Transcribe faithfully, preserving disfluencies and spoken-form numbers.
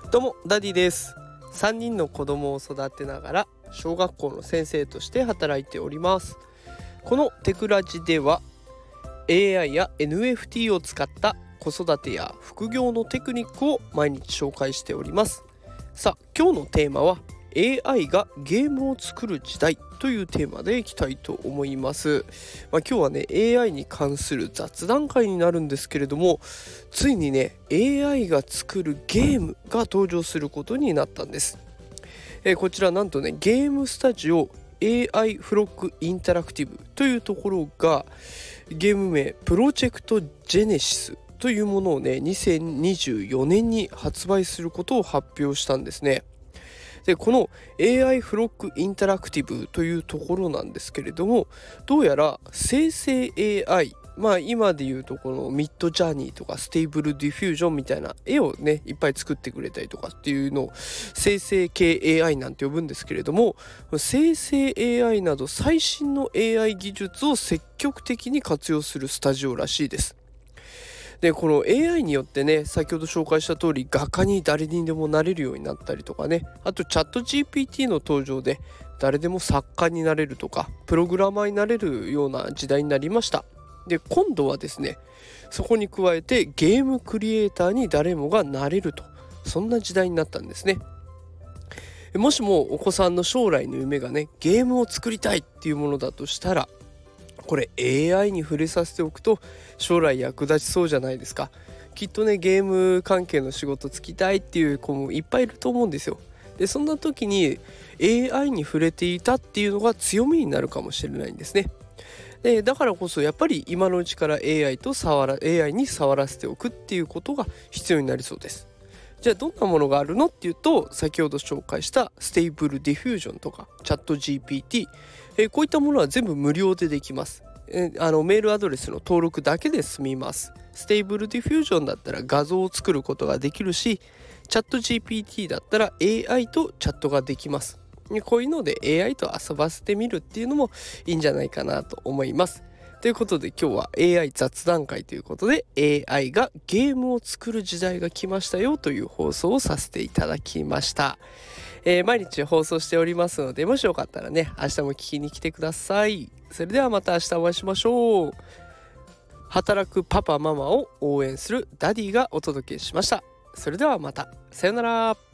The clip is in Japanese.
どうもダディです。さんにんの子供を育てながら小学校の先生として働いております。このテクラジでは エーアイ や エヌエフティー を使った子育てや副業のテクニックを毎日紹介しております。さあ今日のテーマは エーアイ がゲームを作る時代というテーマでいきたいと思います。まあ、今日はね エーアイ に関する雑談会になるんですけれども、ついにね エーアイ が作るゲームが登場することになったんです。えー、こちらなんとねゲームスタジオ エーアイ フロックインタラクティブというところがゲーム名プロジェクトジェネシスというものをねにせんにじゅうよねんに発売することを発表したんですね。でこの エーアイ フロックインタラクティブというところなんですけれども、どうやら生成 エーアイ、まあ今でいうとこのミッドジャーニーとかステーブルディフュージョンみたいな絵をねいっぱい作ってくれたりとかっていうのを生成系 エーアイ なんて呼ぶんですけれども、生成 エーアイ など最新の エーアイ 技術を積極的に活用するスタジオらしいです。でこの エーアイ によってね先ほど紹介した通り画家に誰にでもなれるようになったりとかね、あとチャット ジーピーティー の登場で誰でも作家になれるとかプログラマーになれるような時代になりました。で今度はですねそこに加えてゲームクリエイターに誰もがなれると、そんな時代になったんですね。もしもお子さんの将来の夢がねゲームを作りたいっていうものだとしたら、これ エーアイ に触れさせておくと将来役立ちそうじゃないですか。きっとねゲーム関係の仕事つきたいっていう子もいっぱいいると思うんですよ。でそんな時に エーアイ に触れていたっていうのが強みになるかもしれないんですね。でだからこそやっぱり今のうちから エーアイ と触ら エーアイ に触らせておくっていうことが必要になりそうです。じゃあどんなものがあるのっていうと、先ほど紹介したステーブルディフュージョンとかチャット ジーピーティー、えー、こういったものは全部無料でできます。えー、あのメールアドレスの登録だけで済みます。ステーブルディフュージョンだったら画像を作ることができるし、チャット ジーピーティー だったら エーアイ とチャットができます。こういうので エーアイ と遊ばせてみるっていうのもいいんじゃないかなと思います。ということで今日は エーアイ 雑談会ということで エーアイ がゲームを作る時代が来ましたよという放送をさせていただきました。えー、毎日放送しておりますので、もしよかったらね明日も聞きに来てください。それではまた明日お会いしましょう。働くパパママを応援するダディがお届けしました。それではまた、さよなら。